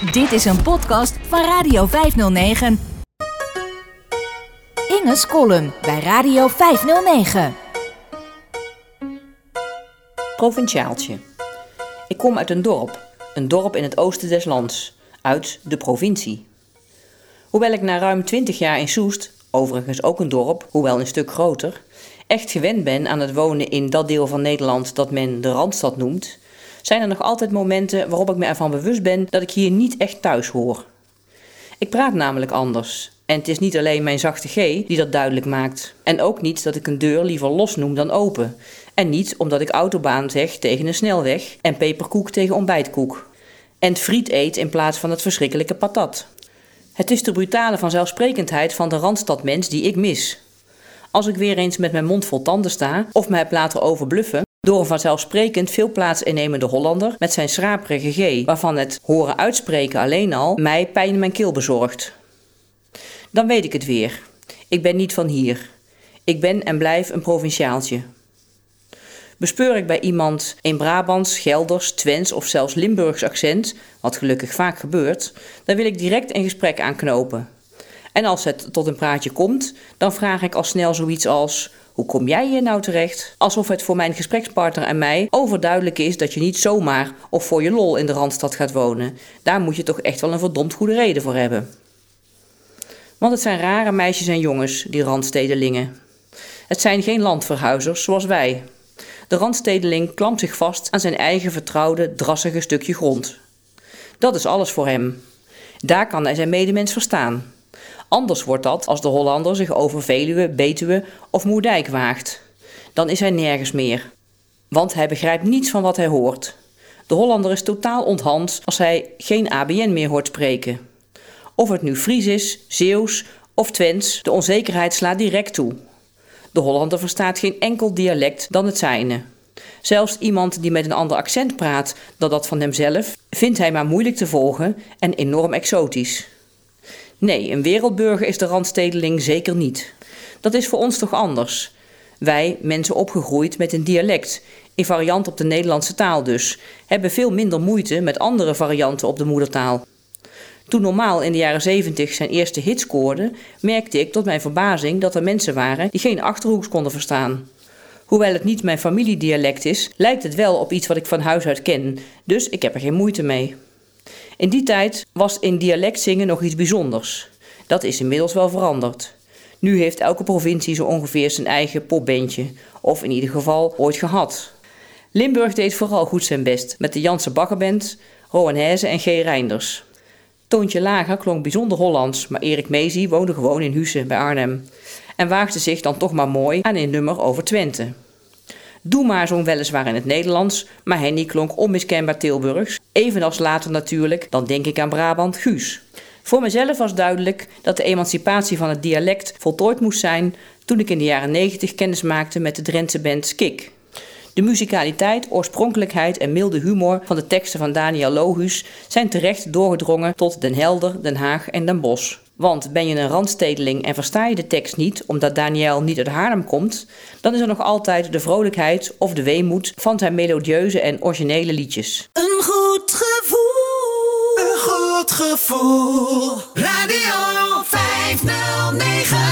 Dit is een podcast van Radio 509. Inge's column bij Radio 509. Provinciaaltje. Ik kom uit een dorp in het oosten des lands, uit de provincie. Hoewel ik na ruim 20 jaar in Soest, overigens ook een dorp, hoewel een stuk groter, echt gewend ben aan het wonen in dat deel van Nederland dat men de Randstad noemt, zijn er nog altijd momenten waarop ik me ervan bewust ben dat ik hier niet echt thuis hoor. Ik praat namelijk anders. En het is niet alleen mijn zachte G die dat duidelijk maakt. En ook niet dat ik een deur liever los noem dan open. En niet omdat ik autobaan zeg tegen een snelweg en peperkoek tegen ontbijtkoek. En friet eet in plaats van het verschrikkelijke patat. Het is de brutale vanzelfsprekendheid van de Randstadmens die ik mis. Als ik weer eens met mijn mond vol tanden sta of me heb laten overbluffen door een vanzelfsprekend veel plaats innemende Hollander met zijn schraperige G, waarvan het horen uitspreken alleen al mij pijn in mijn keel bezorgt. Dan weet ik het weer. Ik ben niet van hier. Ik ben en blijf een provinciaaltje. Bespeur ik bij iemand een Brabants, Gelders, Twents of zelfs Limburgs accent, wat gelukkig vaak gebeurt, dan wil ik direct een gesprek aanknopen. En als het tot een praatje komt, dan vraag ik al snel zoiets als: hoe kom jij hier nou terecht? Alsof het voor mijn gesprekspartner en mij overduidelijk is dat je niet zomaar of voor je lol in de Randstad gaat wonen. Daar moet je toch echt wel een verdomd goede reden voor hebben. Want het zijn rare meisjes en jongens, die Randstedelingen. Het zijn geen landverhuizers zoals wij. De Randstedeling klampt zich vast aan zijn eigen vertrouwde, drassige stukje grond. Dat is alles voor hem. Daar kan hij zijn medemens verstaan. Anders wordt dat als de Hollander zich over Veluwe, Betuwe of Moerdijk waagt. Dan is hij nergens meer. Want hij begrijpt niets van wat hij hoort. De Hollander is totaal onthand als hij geen ABN meer hoort spreken. Of het nu Fries is, Zeeuws of Twents, de onzekerheid slaat direct toe. De Hollander verstaat geen enkel dialect dan het zijne. Zelfs iemand die met een ander accent praat dan dat van hemzelf, vindt hij maar moeilijk te volgen en enorm exotisch. Nee, een wereldburger is de Randstedeling zeker niet. Dat is voor ons toch anders. Wij, mensen opgegroeid met een dialect, in variant op de Nederlandse taal dus, hebben veel minder moeite met andere varianten op de moedertaal. Toen Normaal in de jaren 70 zijn eerste hit scoorde, merkte ik tot mijn verbazing dat er mensen waren die geen Achterhoeks konden verstaan. Hoewel het niet mijn familiedialect is, lijkt het wel op iets wat ik van huis uit ken, dus ik heb er geen moeite mee. In die tijd was in dialect zingen nog iets bijzonders. Dat is inmiddels wel veranderd. Nu heeft elke provincie zo ongeveer zijn eigen popbandje, of in ieder geval ooit gehad. Limburg deed vooral goed zijn best met de Janse Baggerband, Rowan Heijzen en G. Reinders. Toontje Lager klonk bijzonder Hollands, maar Erik Mezy woonde gewoon in Husse bij Arnhem en waagde zich dan toch maar mooi aan een nummer over Twente. Doe maar zong weliswaar in het Nederlands, maar Henny klonk onmiskenbaar Tilburgs, evenals later natuurlijk, dan denk ik aan Brabant, Guus. Voor mezelf was duidelijk dat de emancipatie van het dialect voltooid moest zijn toen ik in de jaren 90 kennis maakte met de Drentse band Skik. De muzikaliteit, oorspronkelijkheid en milde humor van de teksten van Daniel Lohuus zijn terecht doorgedrongen tot Den Helder, Den Haag en Den Bosch. Want ben je een Randstedeling en versta je de tekst niet omdat Daniel niet uit Haarlem komt, dan is er nog altijd de vrolijkheid of de weemoed van zijn melodieuze en originele liedjes. Een goed gevoel. Een goed gevoel. Radio 509.